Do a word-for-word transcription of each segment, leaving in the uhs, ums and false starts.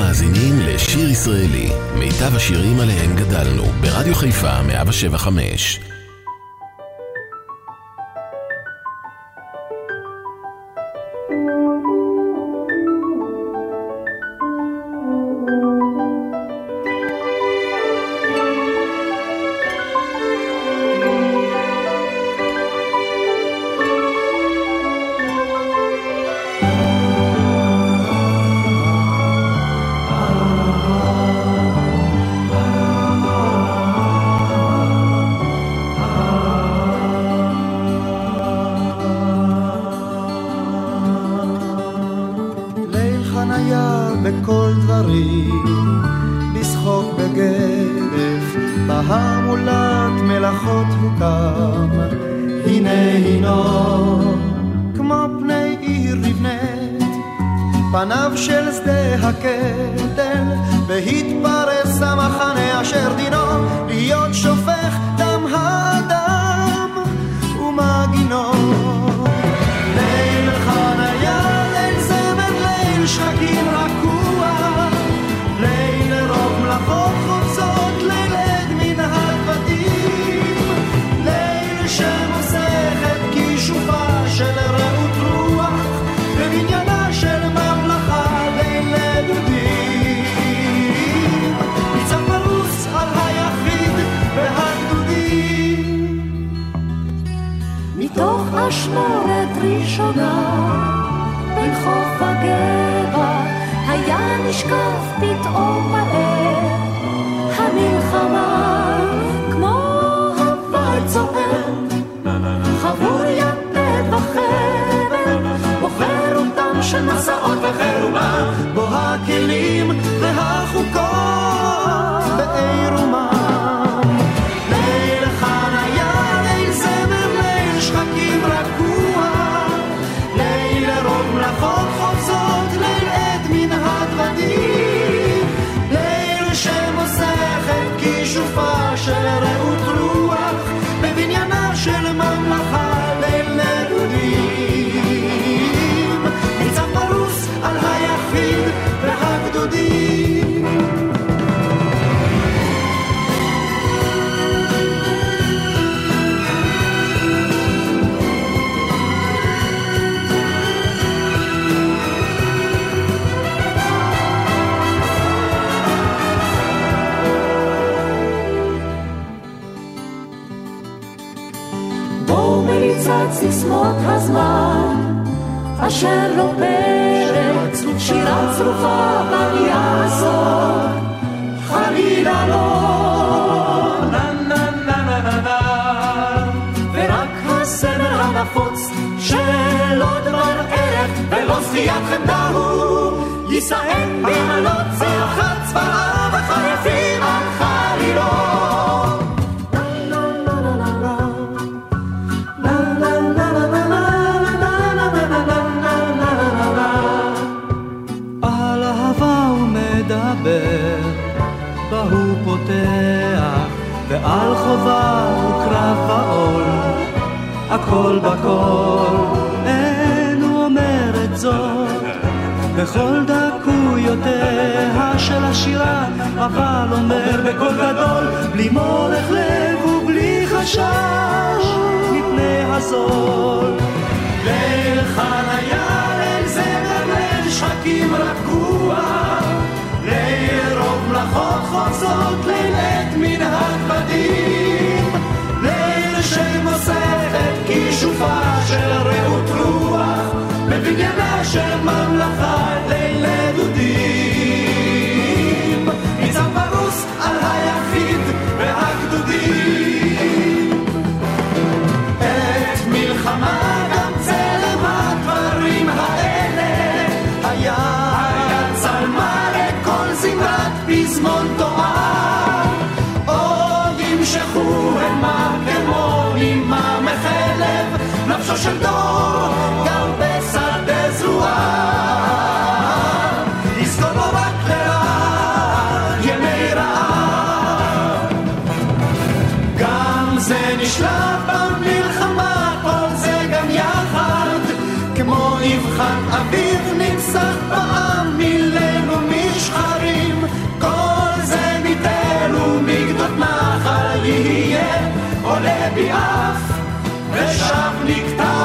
מאזינים לשיר ישראלי, מיטב השירים עליהם גדלנו, ברדיו חיפה מאה שבע חמש. סיסמות הזמן אשר לא פרק שירה צרופה בנייה הזאת חלילה לא נה נה נה נה נה נה ורק הסמל הנפוץ של עוד דבר ערך ולא זכיית חמדה הוא יישאם במלות צרחת צבאה וחריפים על חלילות בהוא פותח ועל חובה וקרב ועול הכל בכל אין הוא אומר את זאת בכל דקויותיה של השירה אבל אומר בקול גדול בלי מורך לב ובלי חשש מפני הזול ליל חניה ליל זמר ליל שחקים רגוע ליל רוב מלאכות חוצות ליל עת מנהג בדים ליל שמוספת כישופה של רעות רוח בבניינה של ממלכה ליל דודים ניצב פרוס על היחיד והגדודים את מלחמה גם צלם הדברים האלה היה היה צלמה לכל זמרת פזמון תואר עוד ימשכו המה כמו אימה מחלב נפשו של דור גם בשדה זרוע יזכור בו רק לרעה ימי רעה גם זה נשלב במלחמה כל זה גם יחד כמו נבחן אביב נפסח בעם מילנו משחר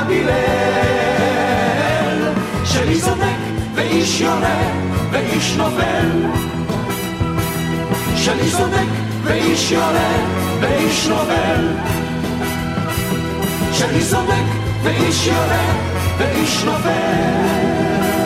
בילל, שלי זונק ואיש יורה ואיש נופל, שלי זונק ואיש יורה ואיש נופל, שלי זונק ואיש יורה ואיש נופל.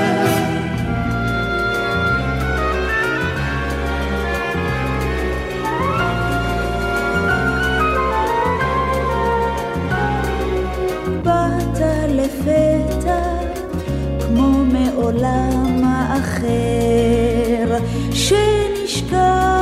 לפתע כמו מעולם האחר שנשכח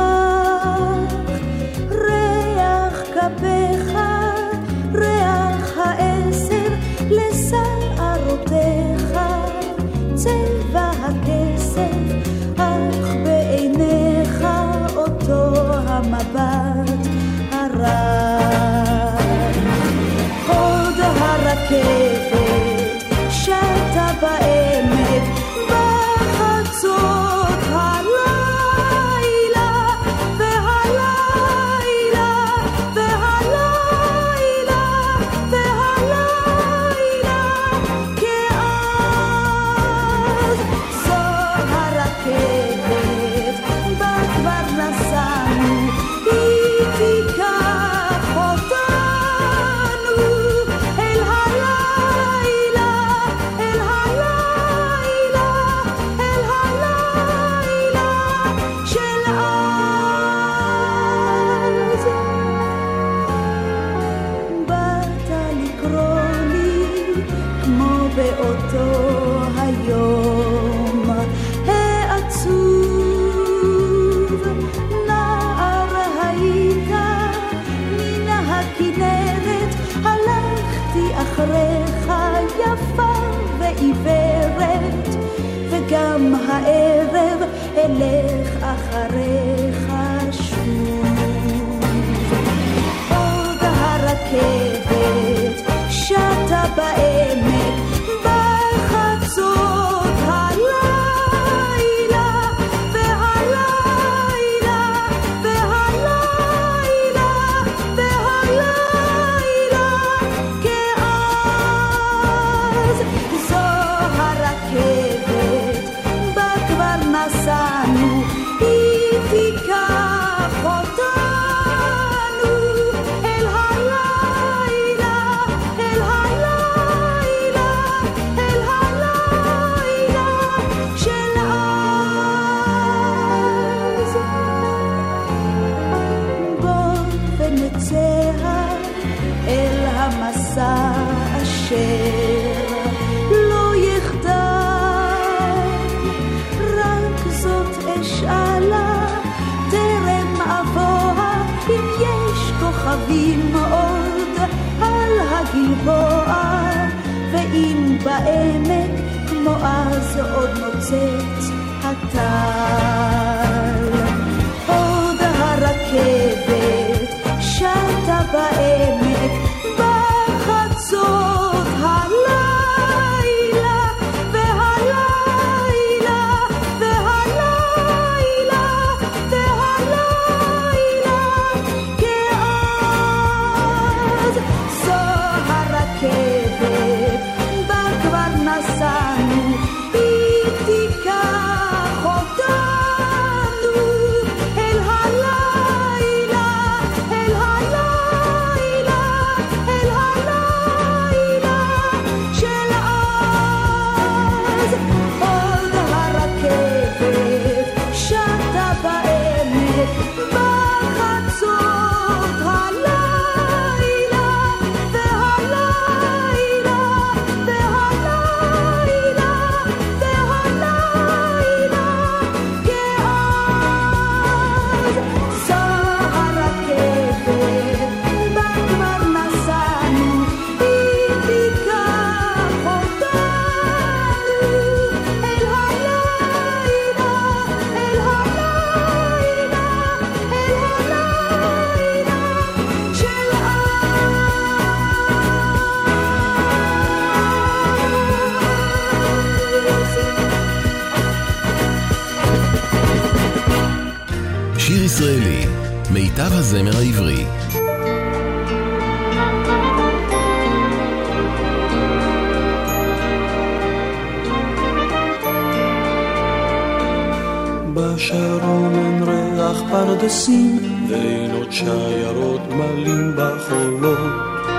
ריח כפיך, ריח העשר לשערותיך, צבע הכסף אך בעיניך אותו המבט הרע. עוד הרכבת שטה בעמק בחצות הלילה, והלילה והלילה והלילה כאז זו הרכבת בה כבר נסענו, היא תיקח אותנו אל הלילה, אל הלילה, אל הלילה של אז. באת לקרוא לי כמו באותו היום העצוב, נער היית מן הכנרת, הלכתי אחריך יפה ועיוורת, וגם הערב אלך אחריך שוב. עוד הרכבת שטה בעמק בחצות הלילה, והלילה והלילה והלילה כאז זו הרכבת בה כבר נסענו, היא תיקח אותנו אל הלילה, אל הלילה, אל הלילה של אז. בוא ונצא אל המסע אשר לא יחדל, רק זאת אשאלה טרם אבוה, אם יש כוכבים עוד על הגלבוע, ואם בעמק כמו אז עוד נוצץ הטל. עוד הרכבת שטה בעמק בחצות הלילה, והלילה והלילה והלילה כאז זו הרכבת בה כבר נסענו, היא תיקח אותנו אל הלילה, אל הלילה, אל הלילה של אז. עוד הרכבת שטה בעמק בחצות הלילה, והלילה והלילה והלילה כאז זו הרכבת בה כבר נסענו, היא תיקח אותנו אל הלילה, אל הלילה, אל הלילה של אז. שיר ישראלי, מיטב הזמר העברי. ובשרון אין ריח פרדסים ואין עוד שיירות גמלים בחולות,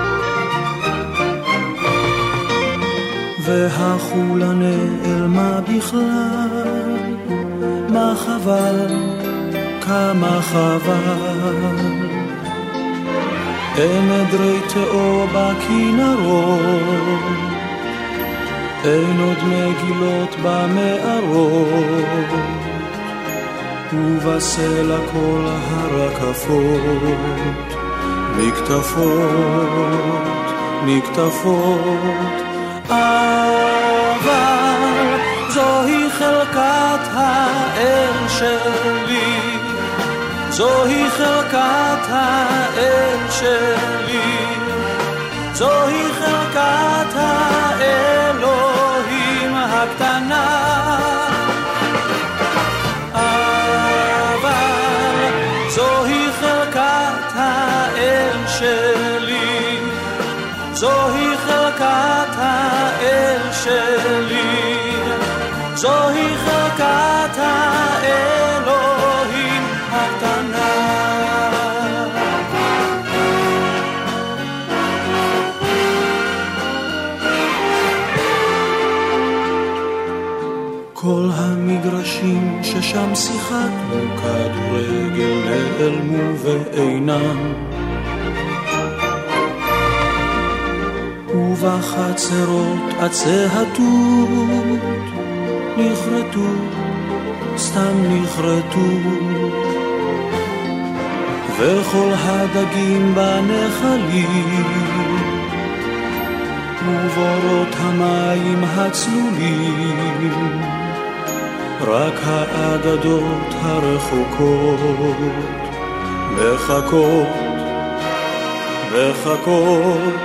והחולה נעלמה בכלל. מה חבל, כמה חבל, אין עדרי תאו בכנרות, אין עוד מגילות במערות, ובסלע כל הרקפות מקטפות, מקטפות. אבל זוהי חלקת האל שלי, זוהי חלקת האל שלי, זוהי חלקת האלוהים הקטנה. אבל זוהי חלקת האל שלי, זוהי חלקת האל שלי, זוהי חלקת האלוהים הקטנה. כל המגרשים ששם שיחקנו כדורגל נעלמו ואינם, ובחצרות הצהתות נחרטו, סתם נחרטו, וכל הדגים בנחלים ובורות המים הצלולים, רק האגדות הרחוקות מחכות, מחכות.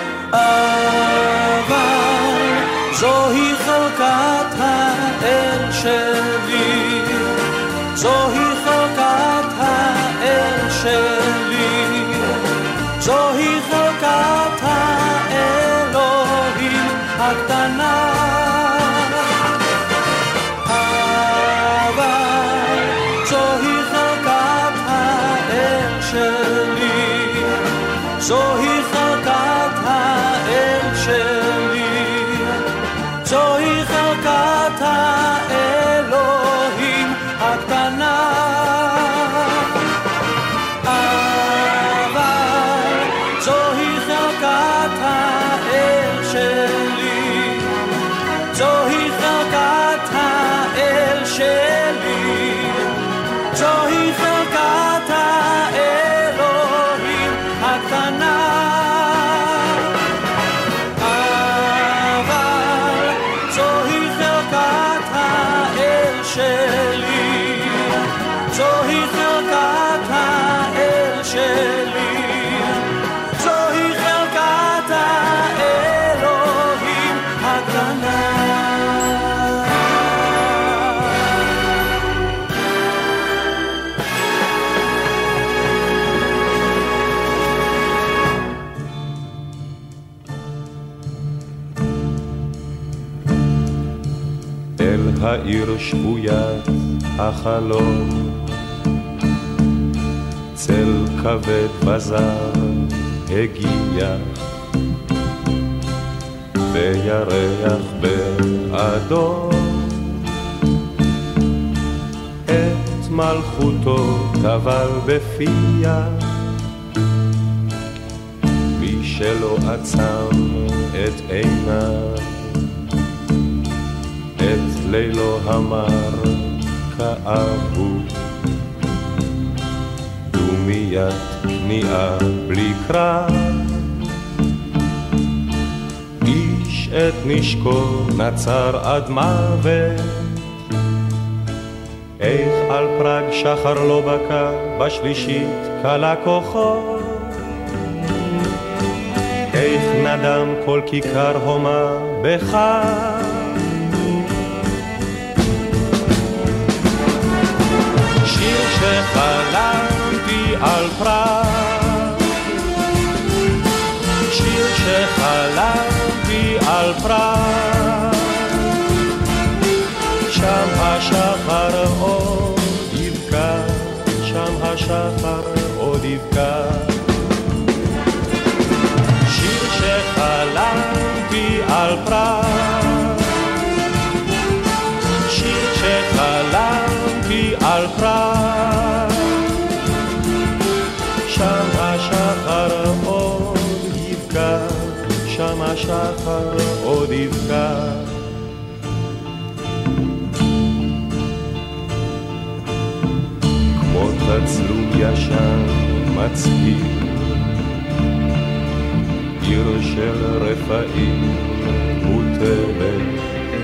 אבל זוהי חלקת האל שלי, זוהי חלקת האל שלי, זוהי חלקת האלוהים הקטנה. אבל זוהי חלקת האל שלי, זוהי חלקת האל שלי, זוהי חלקת האלוהים הקטנה. אבל זוהי חלקת האל שלי, זוהי חלקת האל שלי, זוהי חלקת האלוהים הקטנה. זוהי חלקת האל שלי, זוהי חלקת האלוהים הקטנה. אל העיר שבוית החלום צל כבד בזר הגיע, וירח באדום את מלכותו טבל בפיה, מי שלא עצם את עיניו את לילו המר כאבו, דומיית כניעה בלי קרב, איש את נשקו נצר עד מוות. איך על פרג שחר לא בקע, בשלישית קלה כוחו, איך נדם כל כיכר הומה בחג. שיר שחלמתי על פראג, שיר שחלמתי על פראג, שם השחר אור על פראג, שם השחר עוד יבקע, שם השחר עוד יבקע. כמו תצלום ישן מצהיר, עיר של רפאים מוטלת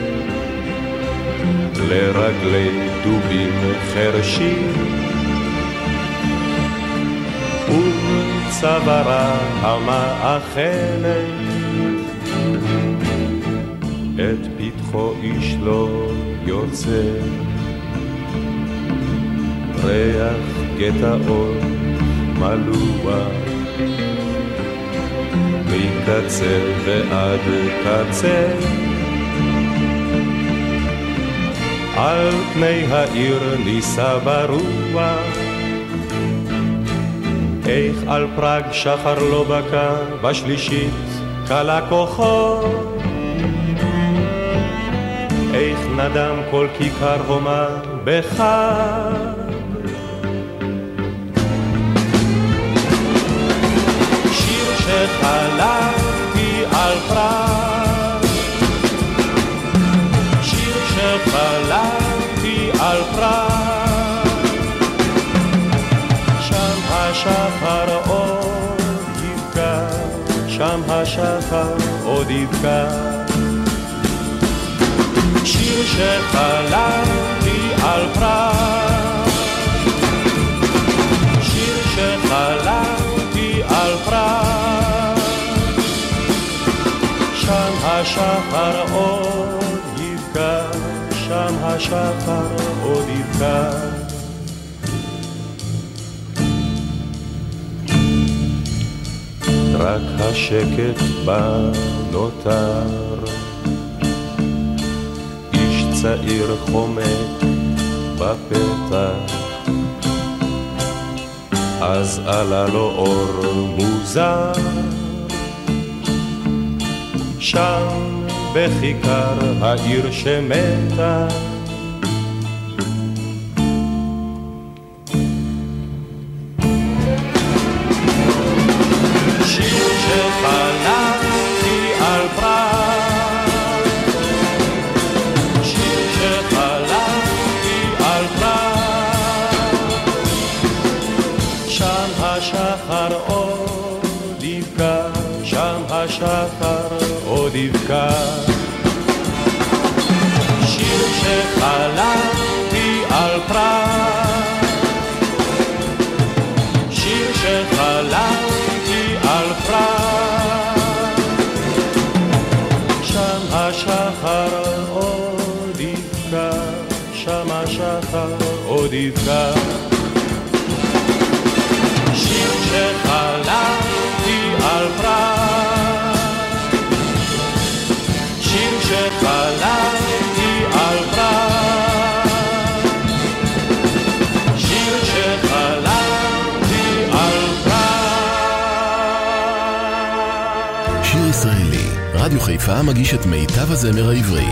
לרגלי דובים חרשים, ובצווארה המאכלת את פתחו איש לא יוצא, ריח גטאות מלוח מקצה ועד קצה, על פני העיר ניסה ברוח, איך על פראג שחר לא בקע, בשלישית קלה כוחו, איך נדם כל כיכר הומה בחג. שיר שחלמתי על פראג, שיר שחלמתי על פראג, שם השחר עוד יבקע, שם השחר עוד יבקע. שיר שחלמתי על פראג, שיר שחלמתי על פראג, שם השחר עוד יבקע, שם השחר עוד יבקע. רק השקט בה נותר, איש צעיר חומק בפתח, אז עלה לו אור מוזר, שם בכיכר העיר שמתה, השחר עוד יבקע. שיר שחלמתי על פראג, שיר שחלמתי על פראג, שם השחר עוד יבקע, שם השחר עוד יבקע. שיר שחלמתי על פראג, שיר שחלמתי על פראג, שיר שחלמתי על פראג. שיר ישראלי, רדיו חיפה מגיש את מיטב הזמר העברי.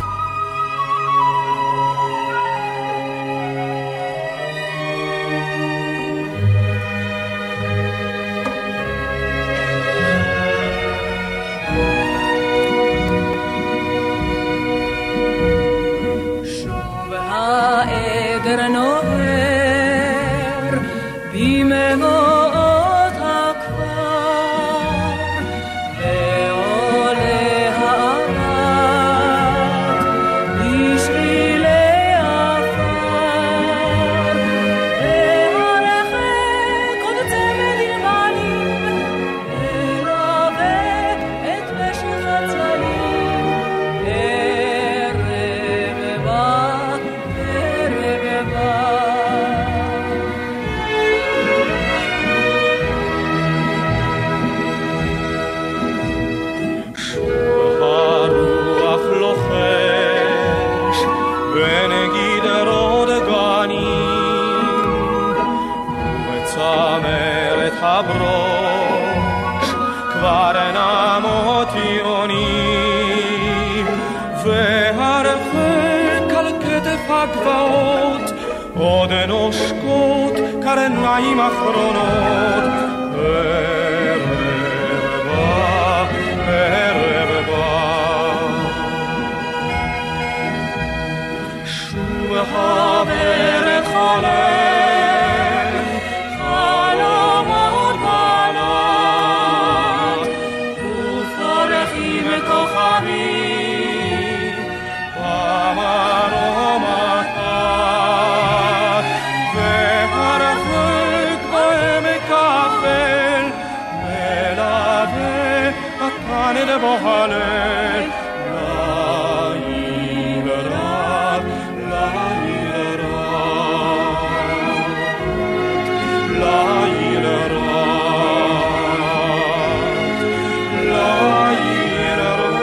הברוש כבר אינם אותי עונים, והרחק על כתף הגבעות עוד נושקות קרניים אחרונות, ערב בא, ערב בא. שוב הברך חולם, חלומות בנות, ופורחים כוכבים, במרום אחת, והרחק בעמק האפל, מלווה הקן בו הלל, ליל רב, ליל רב, ליל רב, ליל רב.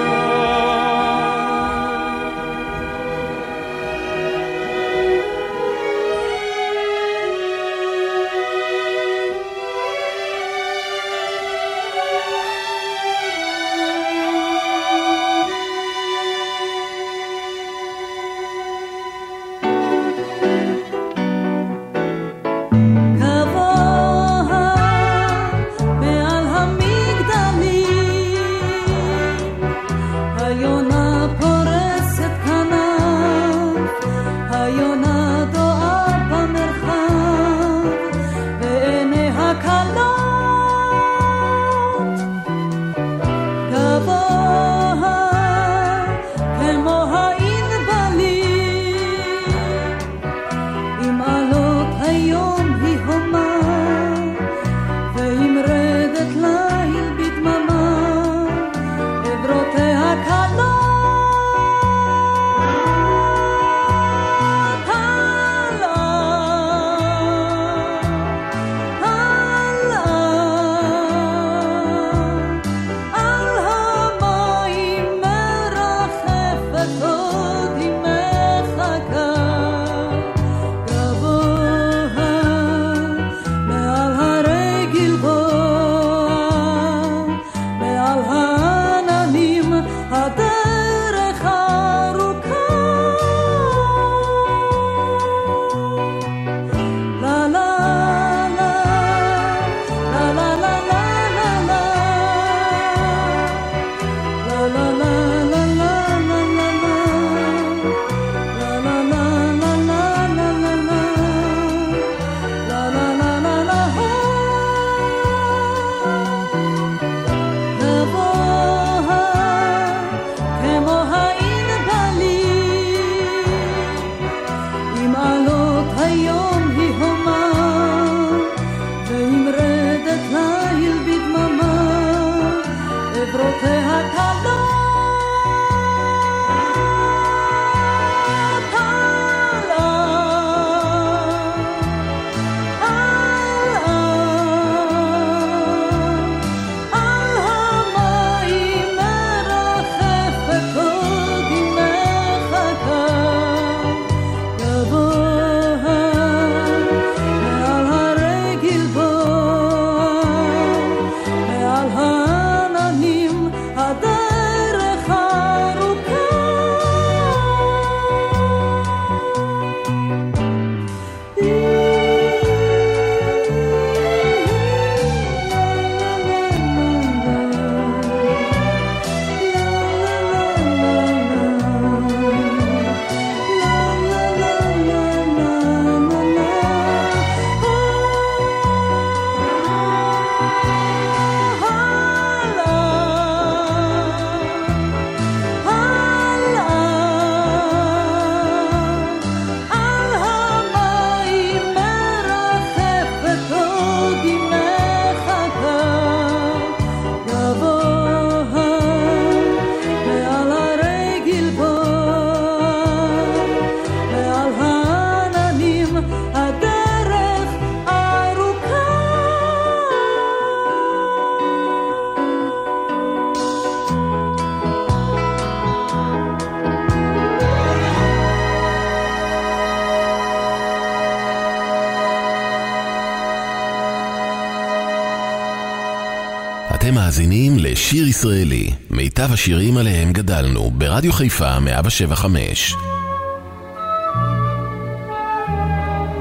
אתם מאזינים לשיר ישראלי, מיטב השירים עליהם גדלנו, ברדיו חיפה מאה שבע חמש.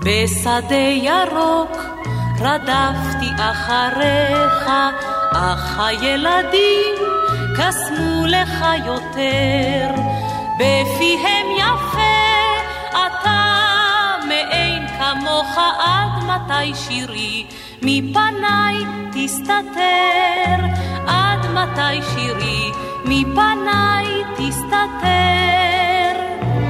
בשדה ירוק רדפתי אחריך, אך הילדים קסמו לך יותר. בפיהם יפה אתה מאין כמוך, עד מתי שירי מפניי תסתתר, עד מתי שירי מפניי תסתתר.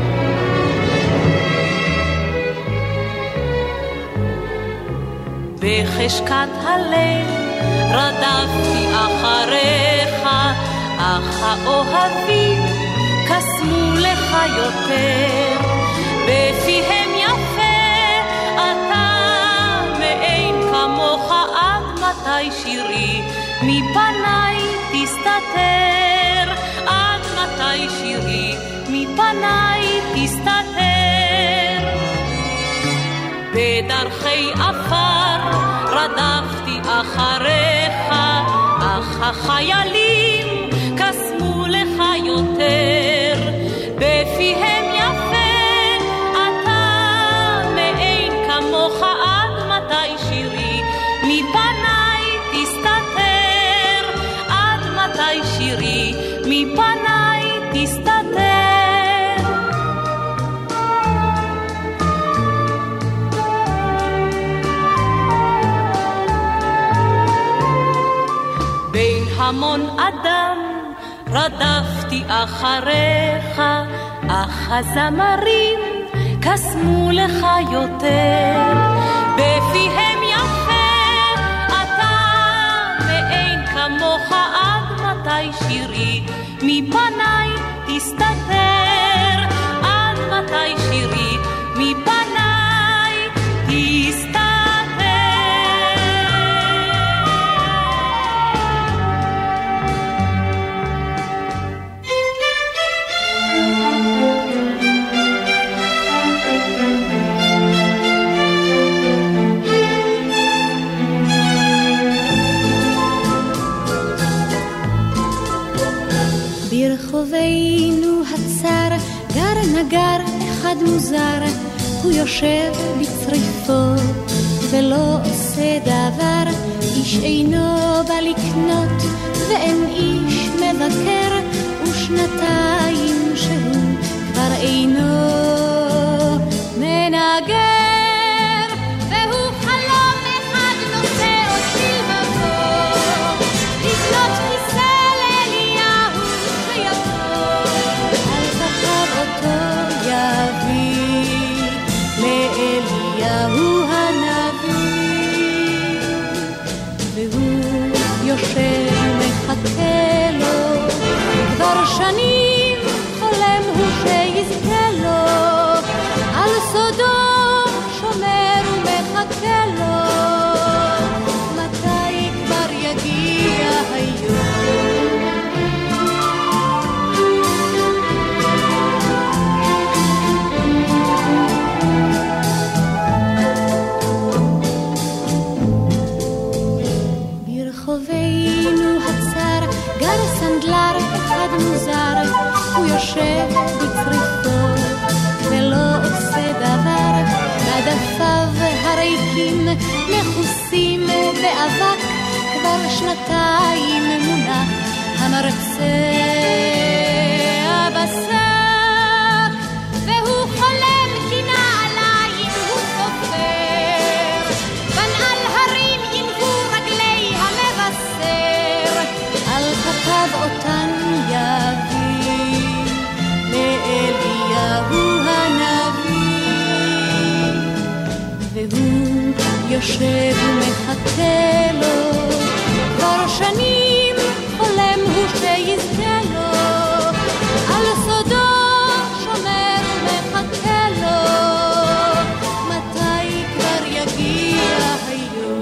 בחשכת הליל רדפתי אחריך, אך האוהבים קסמו לך יותר. בפיהם יפה אתה מאין כמוך, עד מתי שירי מפניי תסתתר, עד מתי שירי מפניי תסתתר. בדרכי אפר רדפתי אחריך, אך החיילים קסמו לך יותר. בפיהם יפה אתה מאין כמוך, עד מתי שירי מפניי תסתתר, עד מתי שירי מפניי תסתתר. בין המון אדם רדפתי אחריך, אך הזמרים קסמו לך יותר. בפיהם יפה אתה מאין כמוך, עד מתי שירי מפניי תסתתר, עד מתי שירי מפניי תסתתר. ברחובינו הצר גר נגר אחד מוזר, הוא יושב בצריפו ולא עושה דבר. איש אינו בא לקנות ואין איש מבקר, ושנתיים שהוא כבר אינו מנגר. והוא חלום אחד נושא אותי לבוא, לקנות כיסא לאליהו שיבוא, על זכר אותו יביא לאליהו הנביא. והוא יושב ומחכה לו כבר שנים, חולם הוא שיזכה לו, על סודו שומר ומחכה לו, מתי כבר יגיע היום. ברחובינו הצר גר סנדלר אחד מוזר, הוא יושב בצריפו ולא עושה דבר. מדפיו הריקים מכוסים באבק, כבר שנתיים מונח המרצה הבשק. והוא חולם כי נעליים הוא סופר, בנעל הרים ינבו רגלי המבשר, על כתב אותן יביא לאליהו הנביא. והוא יושב ומחכה לו כבר שנים, חולם הוא שיזכה לו, על סודו שומר ומחכה לו, מתי כבר יגיע היום.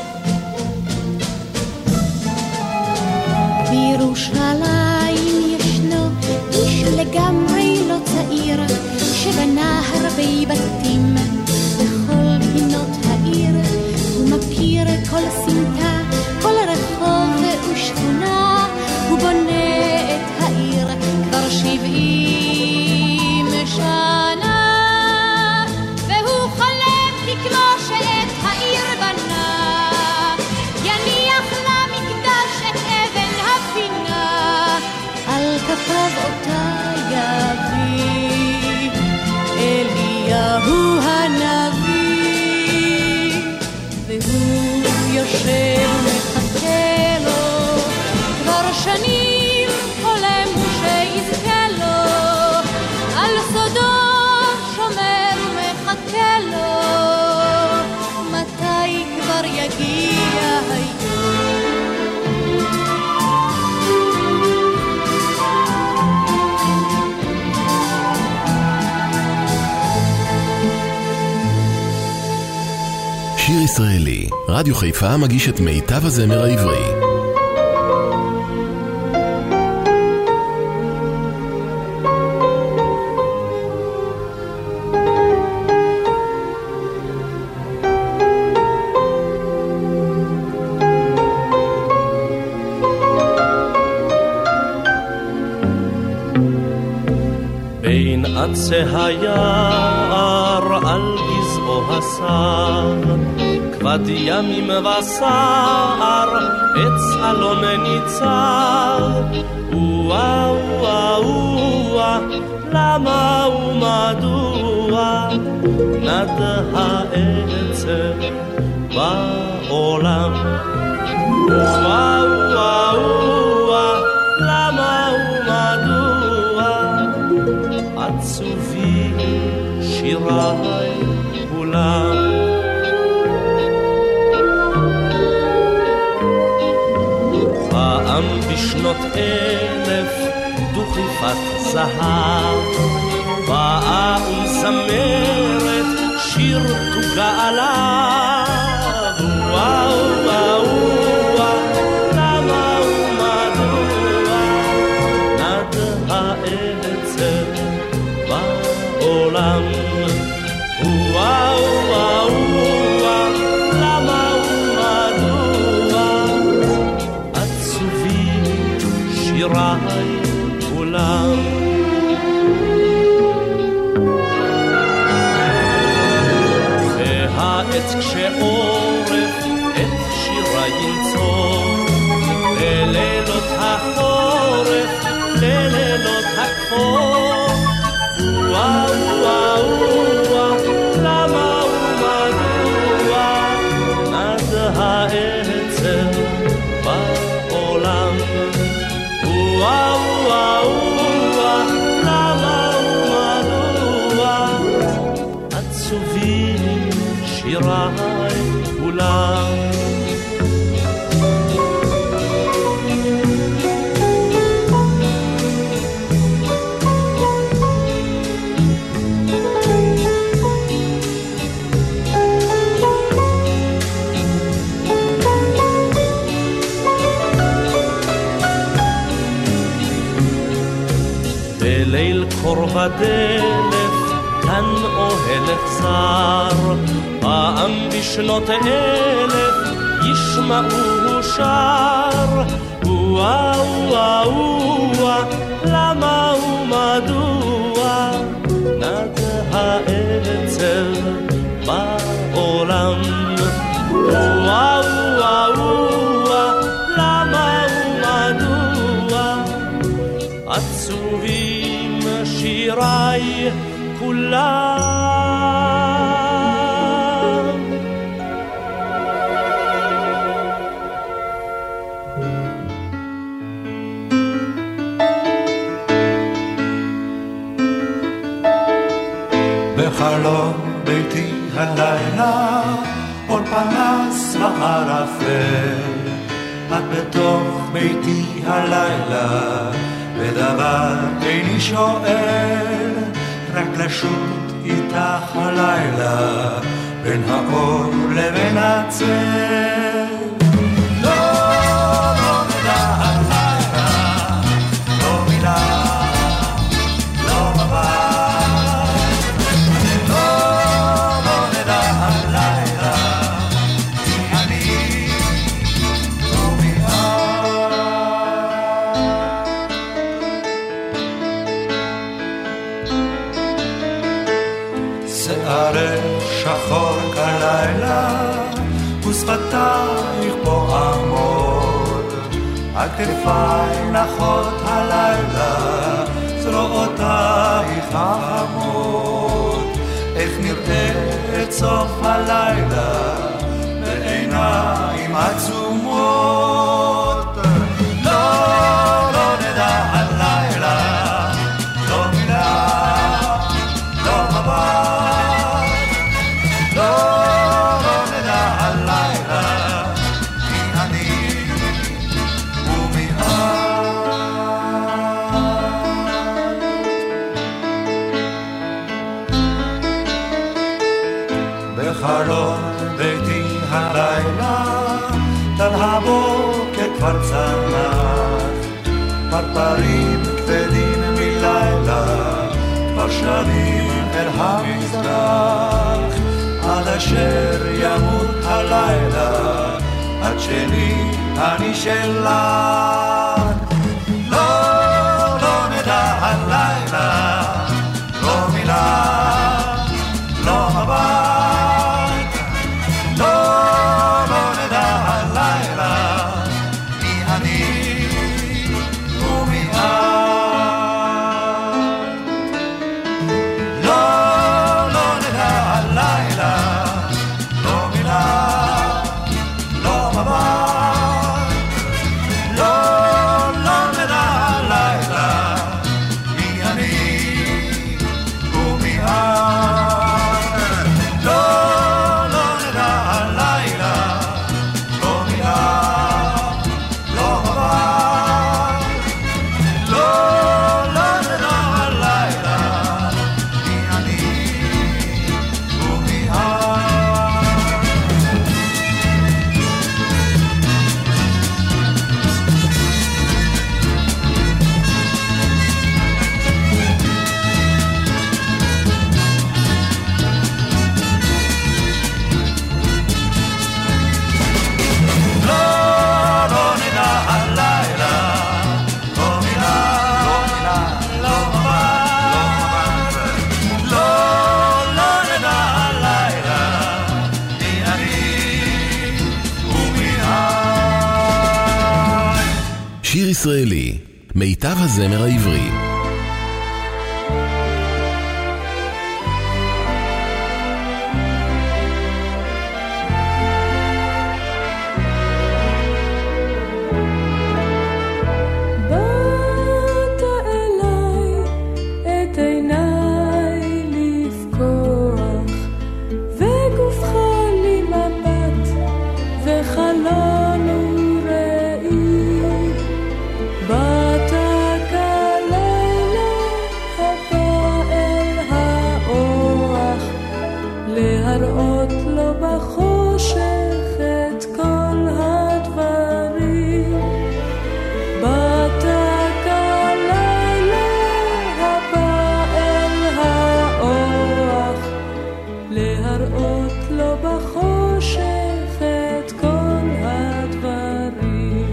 בירושלים יש הרבה בתים בכל פינות העיר, הוא מכיר כל סמטה, כל רחוב ושכונה, הוא בונה את העיר כבר שבעים שנה, והוא חולם תקווה שאת העיר בנה, יניח למקדש את אבן הפינה, על כפיו אותה יביא אליהו הנביא, והוא יושב ומחכה לו כבר שנים, חולם הוא שיזכה לו, על סודו שומר ומחכה לו, מתי כבר יגיע היום. שיר ישראלי, רדיו חיפה מגיש את מיטב הזמר העברי. בין עצי היער על גזעו הסר, כבד ימים וסער, עץ אלון ניצר, וואה וואה וואה, למה ומדוע נד העצב בעולם, וואה וואה וואה, למה ומדוע עצובים שיריי כולם. פעם בשנות אלף דוכיפת זהב, באה ומזמרת שיר תוגה עליו, וואו וואו וואו, למה ומדוע נד העצב בעולם, וואו וואו וואו, למה ומדוע עצובים שיריי כולם. והעת כשעורף את שיריי ינצור, ללילות החורף, ללילות הכפור, וואו וואו וואו, למה ומדוע נד העצב בעולם, וואו וואו וואו, למה ומדוע עצובים שיריי כולם. בליל קור ודלף, כאן אוהל אכזר, פעם בשנות אלף ישמעו שר, וואו וואו וואו, למה ומדוע נד העצב בעולם, וואו וואו וואו, למה ומדוע עצובים שיריי כולם. בחלום ביתי הלילה עוד פנס בערפל, את בתוך ביתי הלילה ודבר איני שואל, רק לשוט איתך הלילה בין האור לבין הצל. לא, לא מילה הלילה, לא מילה, לא מבט, ושפתייך פועמות, על כתפיי נחות הלילה, זרועותייך החמות. איך נראה את סוף הלילה בעיניים עצומות. לא, לא נדע הלילה, לא מילה, לא מבט. לא, לא נדע הלילה, מי אני ומי את. בחלון ביתי הלילה, טל הבוקר כבר צמח, פרפרים כבדים מלילה, כבר שבים אל המזרח, עד אשר ימות הלילה, עד שלי אני שלך. לא, לא נדע הלילה, לא מילה, לא מבט. לא, לא נדע הלילה, מי אני ומי את. לא, לא נדע הלילה, לא מילה, לא מבט. לא, לא נדע הלילה, מי אני ומי את. לא, לא נדע הלילה, לא מילה, לא מבט. לא, לא נדע הלילה, מי אני ומי את. לא, לא נדע הלילה, לא מילה, לא מילה, לא מבט. לא, לא נדע הלילה, מי אני ומי את. שיר ישראלי, מיטב הזמר העברי. באת אליי את עיניי לפקוח, וגופך לי מבט וחלון וראי. באת כלילה הבא אל האוח, להראות לו בחושך את כל הדברים. באת כלילה הבא אל האוח, להראות לו בחושך את כל הדברים.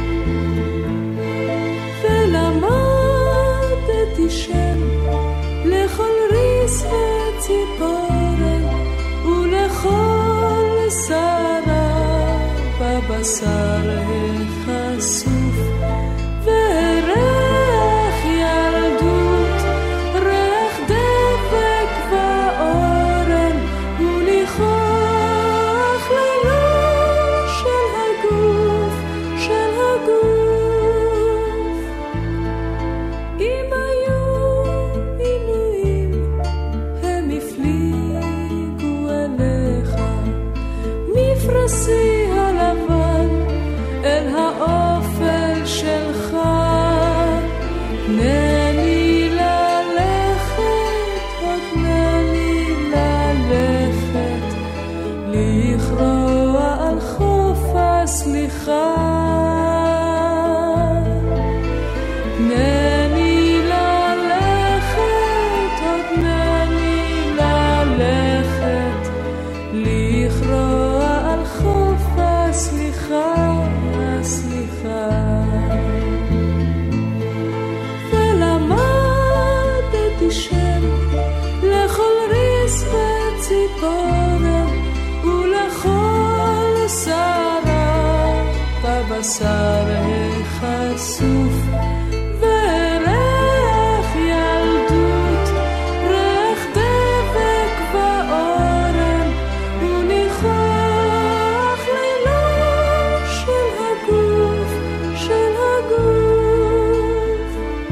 ולמדתי שם לכל ריס וציפורן, ולכל שרה בבשר החשוף, וריח ילדות, ריח דבק ואורן, וניחוח ללא של הגוף, של הגוף. אם היו עינויים הם הפליגו אליך, מפרסי הלבן אל האופל שלך. נני ללכת, עוד נני ללכת, לכרוע על חוף הסליחה. נני ללכת, עוד נני ללכת, לכרוע על חוף הבשר החשוף וריח ילדות, ריח דבק ואורן וניחוח לילה של הגוף, של הגוף.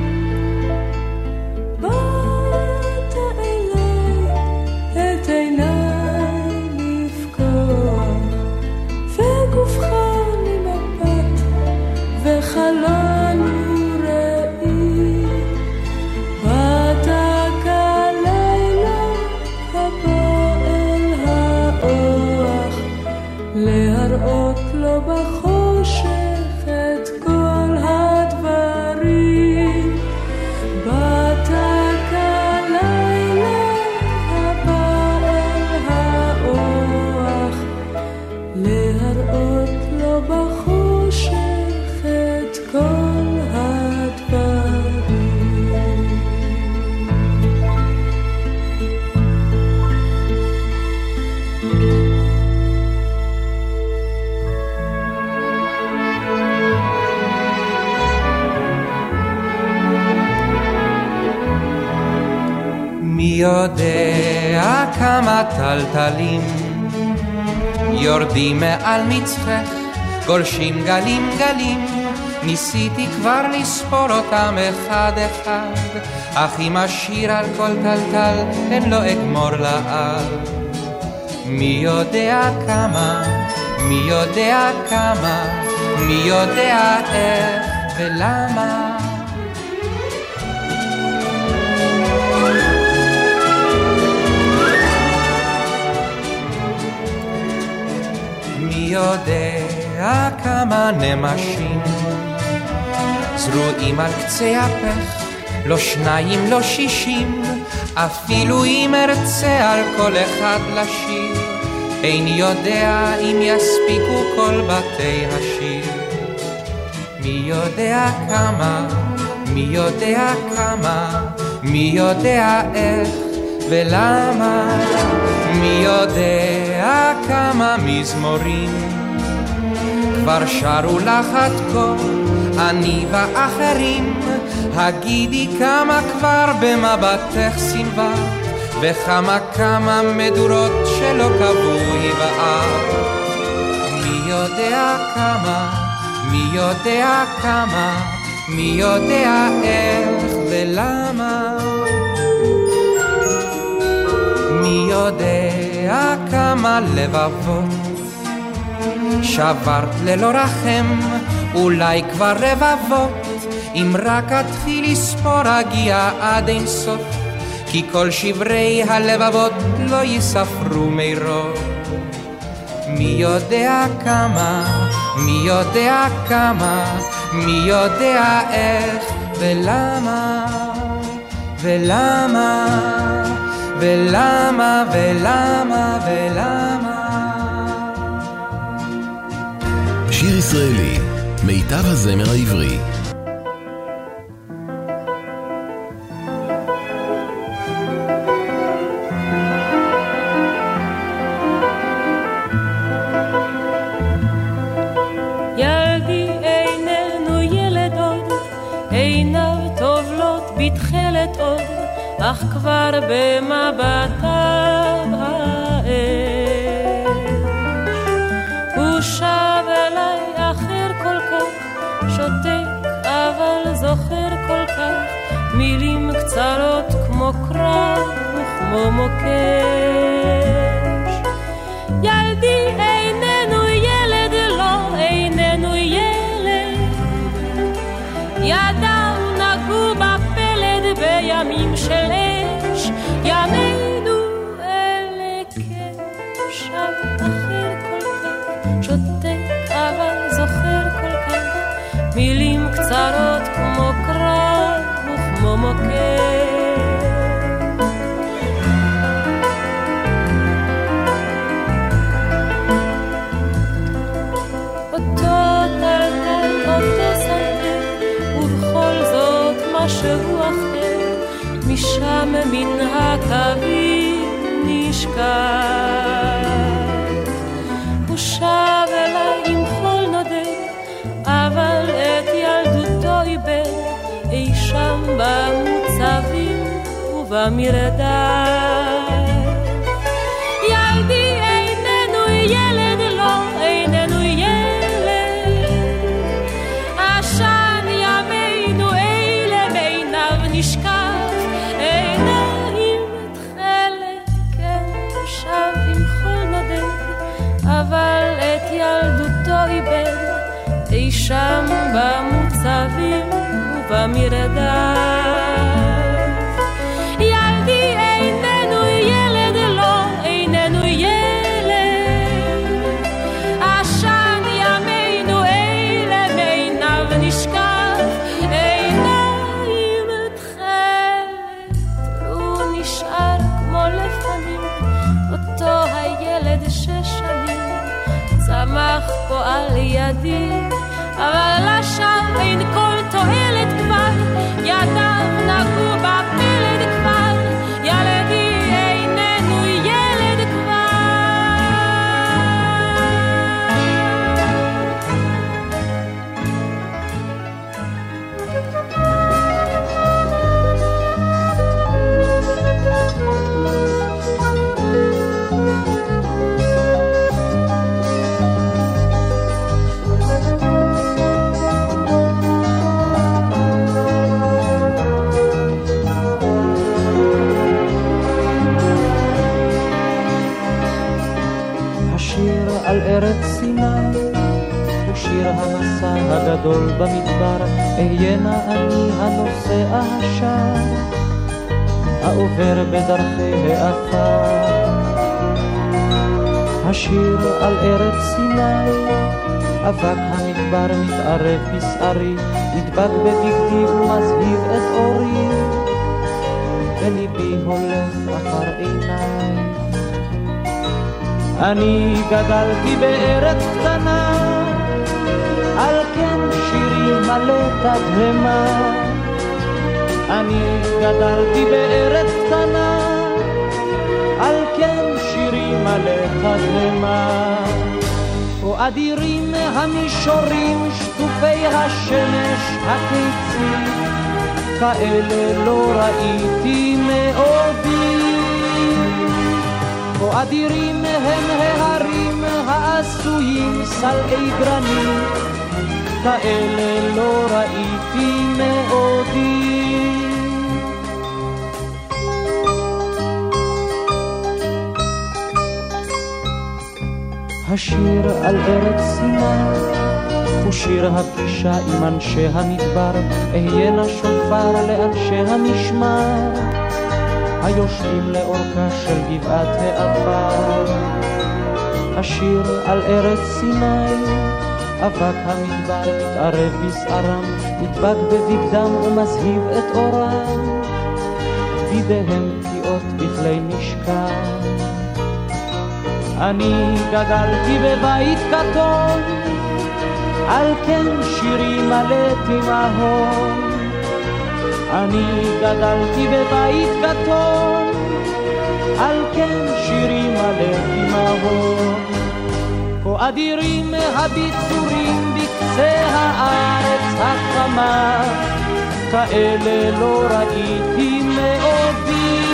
באת אליי את עיניי לפקוח וגופך ממבט וחלון וראי. באת כלילה הבא אל האוח להראות לו בחושך את כל הדברים. באת כלילה הבא אל האוח להראות לו בחושך את כל הדברים. מי יודע כמה טלטלים יורדים מעל מצחך, גולשים גלים גלים, ניסיתי כבר לספור אותם אחד אחד, אך אם אשיר על כל טלטל אין לא אגמור לעד. מי יודע כמה, מי יודע כמה, מי יודע איך ולמה. מי יודע כמה נמשים זרועים על קצה הפך, לא שניים לא שישים, אפילו אם ארצה על כל אחד לשיר, איני יודע אם יספיקו כל בתי השיר. מי יודע כמה, מי יודע כמה, מי יודע איך ולמה. מי יודע כמה מזמורים כבר שרו לך עד כה, אני ואחרים. הגידי כמה כבר במבטך סנבט, וכמה כמה מדורות שלא קבעו הבאה. מי יודע כמה, מי יודע כמה, מי יודע איך ולמה. מי יודע כמה לבבות שברת ללא רחם, אולי כבר רבבות, אם רק אתחיל לספור אגיע עד אין סוף, כי כל שברי הלבבות לא יספרו מרוב. מי יודע כמה, מי יודע כמה, מי יודע איך ולמה ולמה ולמה ולמה ולמה. שיר ישראלי, מיטב הזמר העברי. ילדי איננו ילד עוד, עיניו טובלות בתחילת עוד, אך כבר במבטיו האש. הוא שב אליי אחר כל כך, שותק אבל זוכר כל כך, מילים קצרות כמו קרב וכמו מוקש. ילדי איננו ילד, לא איננו ילד, ידיו נגעו בפלד בימים של אש, ימינו אלה כשב אחר כל כך, שותק אבל זוכר כל כך, מילים קצרות כמו קרב וכמו מוקש. משהו אחר, משם מן הקווים נשכח. הוא שב אליי עם חול נודד, ובמרדה. ילדי איננו ילד, לא איננו ילד, עשן ימינו אלה בעיניו נשכח, עיניים תכלת, כן שב עם חול נודד, אבל את ילדותו איבד אי שם במוצבים ובמרדה. ילדי איננו ילד, לא איננו ילד, עשן ימינו אלה מעיניו נשכח, עיניים תכלת, הוא נשאר כמו לפנים, אותו הילד ששנים צמח פה על ידי, אבל לשם אין כל תועלת כבר, ידיו נגעו בפלד כבר, ילדי איננו ילד על ארץ סיני הוא שיר המסע הגדול במדבר, אהיינה אני הנוסע השם העובר בדרכי העפר. השיר על ארץ סיני, אבק המדבר מתערב בשערי, נדבק בבגדי ומזהיב את אורי, וליבי הולך אחר עיניי. אני גדלתי בארץ קטנה, על כן שירי מלא תדהמה. אני גדלתי בארץ קטנה, על כן שירי מלא תדהמה. או אדירים המישורים שטופי השמש הקיצית, כאלה לא ראיתי מעודי. כה אדירים הם ההרים העשויים סלעי גרנית, כאלה לא ראיתי מעודי. השיר על ארץ סיני הוא שיר הפגישה עם אנשי המדבר, אהיינה שופר לאנשי המשמר היושבים לאורכה של גבעת העפר. השיר על ארץ סיני, אבק המדבר מתערב בשערם, נדבק בבגדם ומזהיב את אורם, בידיהם פגיעות בכלי משכן. אני גדלתי בבית קטון, על כן שירי מלא תימהון. אני גדלתי בבית קטון, על כן שירי מלא תימהון. כה אדירים הביצורים בקצה הארץ החמה, כאלה לא ראיתי מעודי.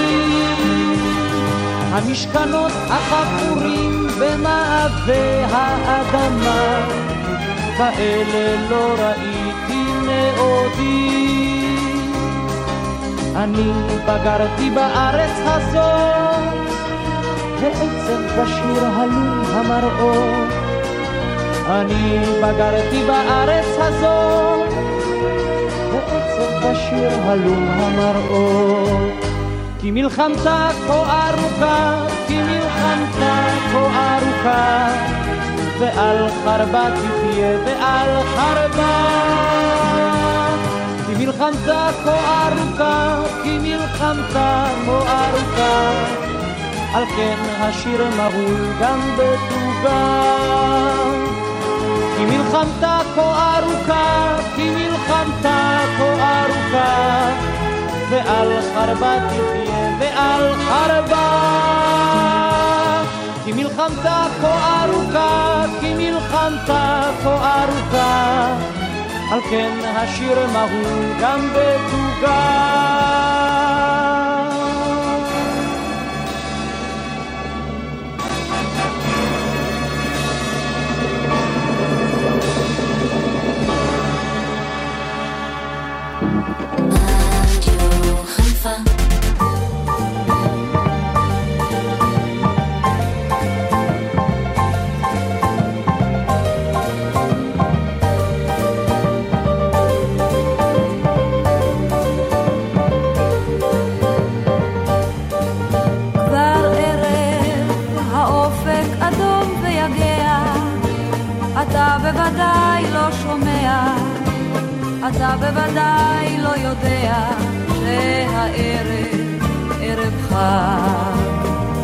המשכנות החפורים במעבה האדמה, כאלה לא ראיתי מעודי. אני בגרתי בארץ הזאת, בעצם בשיר הלום המראות. אני בגרתי בארץ הזאת, בעצם בשיר הלום המראות. כי מלחמתה כה ארוכה, כי מלחמתה כה ארוכה, ועל חרבה תחיה ועל חרבה. כי מלחמתה כה ארוכה, כי מלחמתה כה ארוכה, על כן השיר מהול גם בתוגה. כי מלחמתה כה ארוכה, כי מלחמתה כה ארוכה, ועל חרבה תחיה ועל חרבה. כי מלחמתה כה ארוכה, כי מלחמתה כה ארוכה, על כן השיר מהול גם בתוגה. אתה בוודאי לא שומע, אתה בוודאי לא יודע שהערב ערב חג.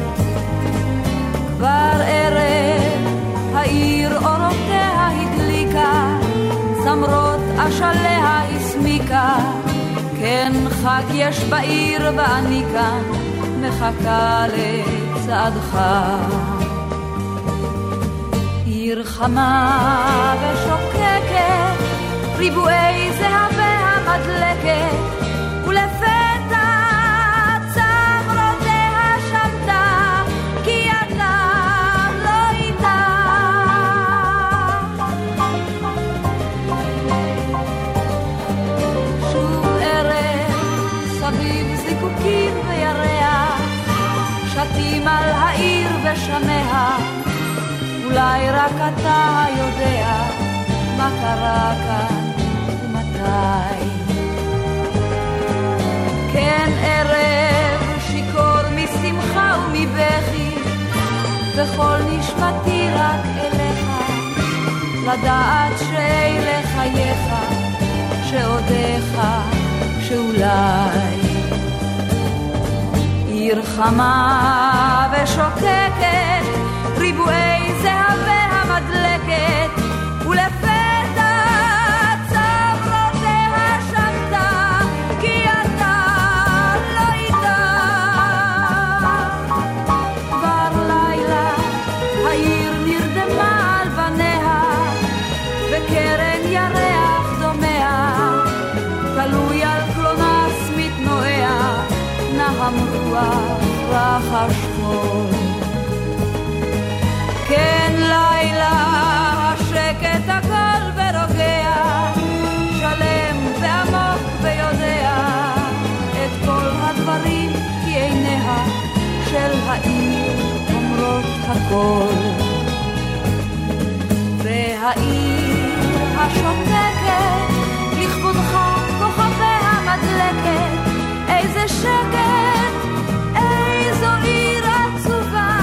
כבר ערב העיר אורותיה הדליקה, זמרות אשליה הסמיקה, כן חג יש בעיר ואני כאן מחכה לצעדך. עיר חמה ושוקקת, ריבועי זהבה המדלקת, ולפתע צמרותיה שמתה, כי אתה לא איתה. שוב ערב סביב זיקוקים וירח, שתים על העיר ושמיה, אולי רק אתה יודע מה קרה כאן ומתי. כן ערב שיכור משמחה ומבכי, וכל נשמתי רק אליך, לדעת שאלה חייך, שעודיך, שאולי. עיר חמה ושוקקת, ריבועי זהבה המדלקת, ולפתע צמרותיה שמתה, כי אתה לא איתה. כבר לילה העיר נרדמה על בניה, וקרן ירח דומע, תלוי על קלונס מתנועע, נהם רוח רחש חול. כן לילה השקט הכל ורוגע, שלם ועמוק ויודע את כל הדברים, כי עיניה של העיר אומרות הכל. והעיר השותקת לכבודך כוכביה מדלקת, איזה שקט, איזו עיר עצובה.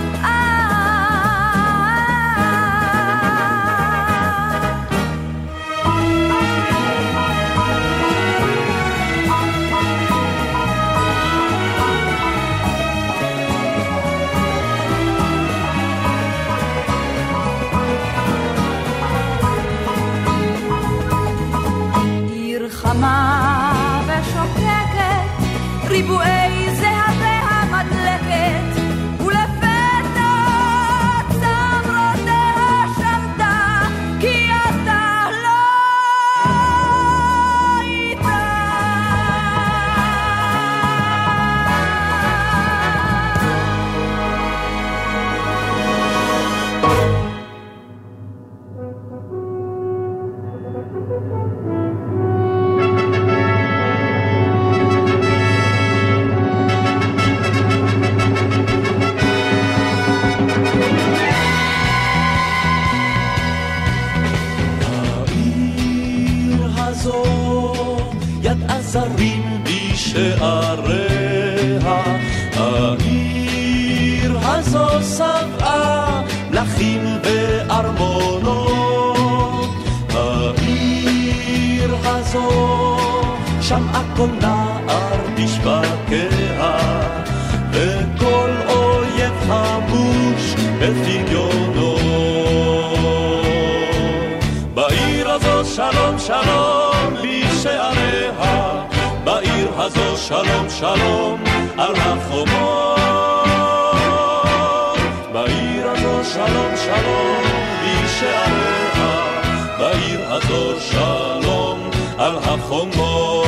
חמה ושוקקת, ריבועי זהבה המדלקת, ולפתע צמרותיה שמתה, כי אתה לא איתה. זרים בשעריה, העיר הזו שבעה מלכים וארמונות. העיר הזו שמעה כל נער בשבקיה, וכל אויב חמוש בפגיונו. בעיר הזו שלום שלום בשעריה, בעיר הזו שלום שלום על החומות. בעיר הזו שלום שלום בשעריה, בעיר הזו שלום על החומות.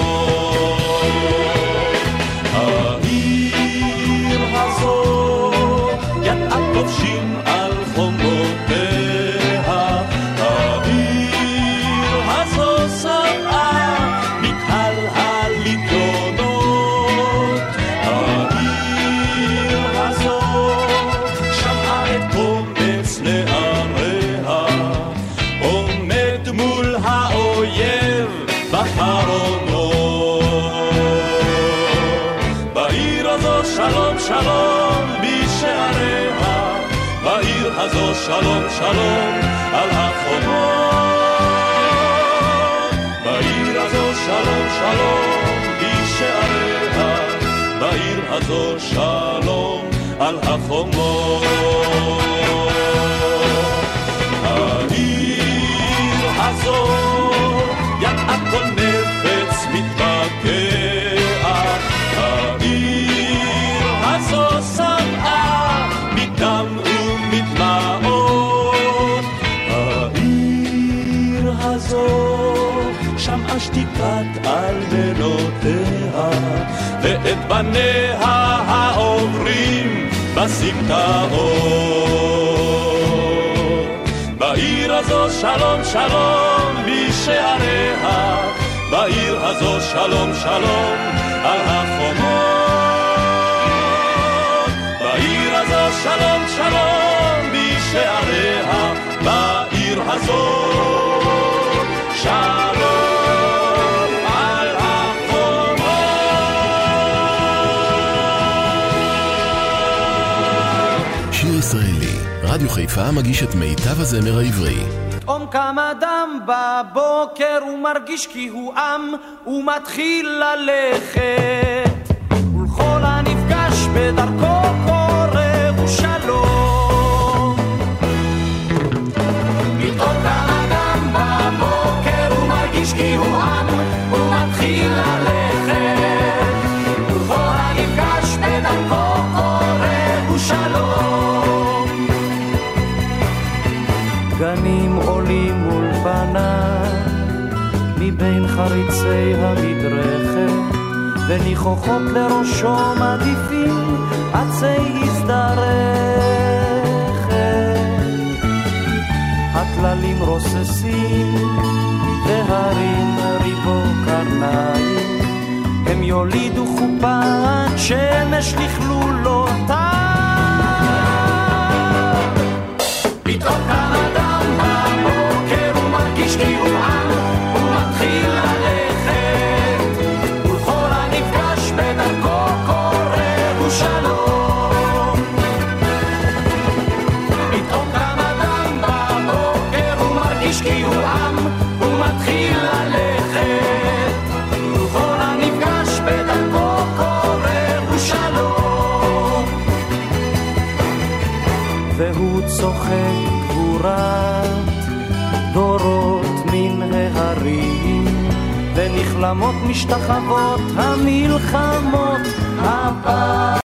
העיר הזו ידעה כובשים על חומותיה, העיר הזו שבעה מקהל הליגיונות. העיר הזו שמעה את קומץ נעריה, עומד מול האויב בחרונות. בעיר הזו שלום שלום בשעריה, בעיר הזו שלום שלום הזו שלום על החומות. העיר הזו ידעה כל נפץ מתבקע, העיר הזו שבעה מדם ומדמעות, העיר הזו שמעה שתיקת אלמנותיה ואת בניה העוברים בסמטאות. בעיר הזו שלום שלום משעריה, בעיר הזו שלום שלום על החומות, בעיר הזו שלום שלום משעריה, בעיר הזו שלום על החומות. שיר ישראלי, רדיו חיפה מגיש את מיטב הזמר העברי. פתאום קם אדם בבוקר ומרגיש כי הוא עם ומתחיל ללכת, ולכל הנפגש בדרכו קורא ושלום. פתאום קם אדם בבוקר ומרגיש כי הוא עם ומתחיל ללכת, ולכל הנפגש בדרכו קורא ושלום. גנים עולים מול פניו מבין חריצי המדרכת, וניחוחות לראשו מדיפים עצי הזדרכת. הכללים רוססים והרים ריבו קרניים, הם יולידו חופת שמש לכלולותיו. פתאום קם אדם בבוקר ומרגיש כי הוא עם ומתחיל ללכת, ולכל הנפגש בדרכו קורא ושלום. פתאום קם אדם בבוקר ומרגיש כי הוא עם ומתחיל ללכת, ולכל הנפגש בדרכו קורא ושלום. והוא צוחק גבורת דורות מן ההרים, ונכלמות משתחוות המלחמות הבאות.